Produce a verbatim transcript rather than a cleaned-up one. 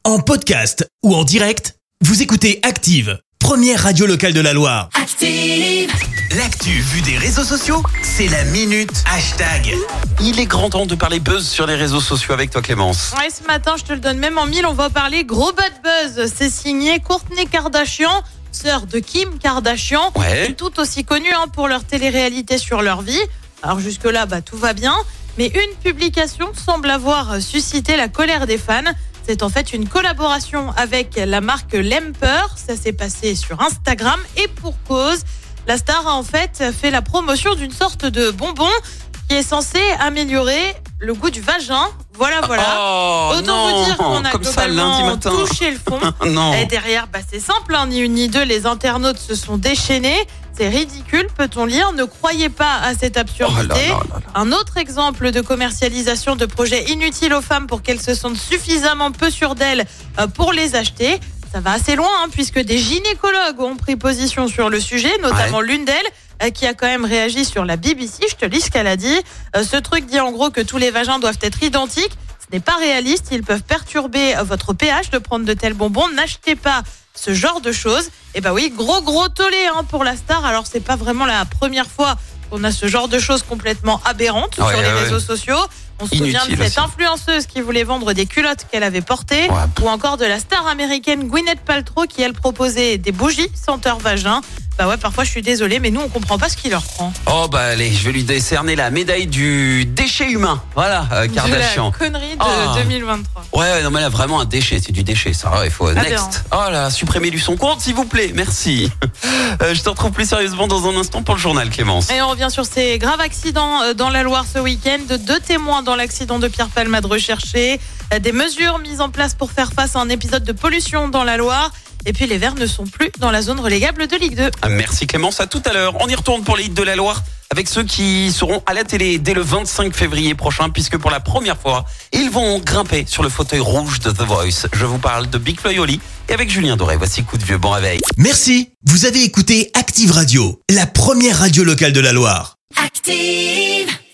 En podcast ou en direct, vous écoutez Active, première radio locale de la Loire. Active. L'actu vue des réseaux sociaux, c'est la minute hashtag. Il est grand temps de parler buzz sur les réseaux sociaux avec toi Clémence. Ouais, ce matin, je te le donne même en mille, on va parler gros bad buzz. C'est signé Kourtney Kardashian, sœur de Kim Kardashian, Ouais. tout aussi connue hein, pour leur télé-réalité sur leur vie. Alors jusque-là, bah, tout va bien. Mais une publication semble avoir suscité la colère des fans. C'est en fait une collaboration avec la marque Lemper. Ça s'est passé sur Instagram et pour cause. La star a en fait fait la promotion d'une sorte de bonbon qui est censé améliorer le goût du vagin. Voilà, voilà. Oh, Autant non, vous dire qu'on a comme ça, lundi globalement matin. touché le fond. Non. Et derrière, bah, c'est simple, hein, ni une ni deux, les internautes se sont déchaînés. C'est ridicule, peut-on lire. Ne croyez pas à cette absurdité. Oh là là là là. Un autre exemple de commercialisation de projets inutiles aux femmes pour qu'elles se sentent suffisamment peu sûres d'elles euh, pour les acheter. Ça va assez loin, hein, puisque des gynécologues ont pris position sur le sujet, notamment l'une d'elles, euh, qui a quand même réagi sur la B B C. Je te lis ce qu'elle a dit. Euh, ce truc dit en gros que tous les vagins doivent être identiques. Ce n'est pas réaliste. Ils peuvent perturber euh, votre pH de prendre de tels bonbons. N'achetez pas ce genre de choses. Et bah oui, gros gros tollé hein, pour la star. Alors c'est pas vraiment la première fois qu'on a ce genre de choses complètement aberrantes Ouais, sur les ouais, réseaux ouais. sociaux. On se Inutile souvient de cette aussi. influenceuse qui voulait vendre des culottes qu'elle avait portées, Ouais. ou encore de la star américaine Gwyneth Paltrow qui elle proposait des bougies senteur vagin. Bah ouais, parfois je suis désolée, mais nous on comprend pas ce qui leur prend. Oh bah allez, je vais lui décerner la médaille du déchet humain. Voilà, euh, Kardashian. De la connerie de Ah. deux mille vingt-trois. Ouais, ouais, non mais là vraiment un déchet, c'est du déchet ça. Ouais, il faut Aberrant. next. Oh là, supprimez-lui son compte s'il vous plaît, merci. Euh, je te retrouve plus sérieusement dans un instant pour le journal Clémence. Et on revient sur ces graves accidents euh, dans la Loire ce week-end. Deux témoins dans l'accident de Pierre Palmade recherchés. Euh, Des mesures mises en place pour faire face à un épisode de pollution dans la Loire. Et puis les Verts ne sont plus dans la zone relégable de Ligue deux. Merci Clémence, à tout à l'heure. On y retourne pour les hits de la Loire avec ceux qui seront à la télé dès le vingt-cinq février prochain puisque pour la première fois, ils vont grimper sur le fauteuil rouge de The Voice. Je vous parle de Big Flo et Oli et avec Julien Doré. Voici Coup de Vieux, bon réveil. Merci, vous avez écouté Active Radio, la première radio locale de la Loire. Active.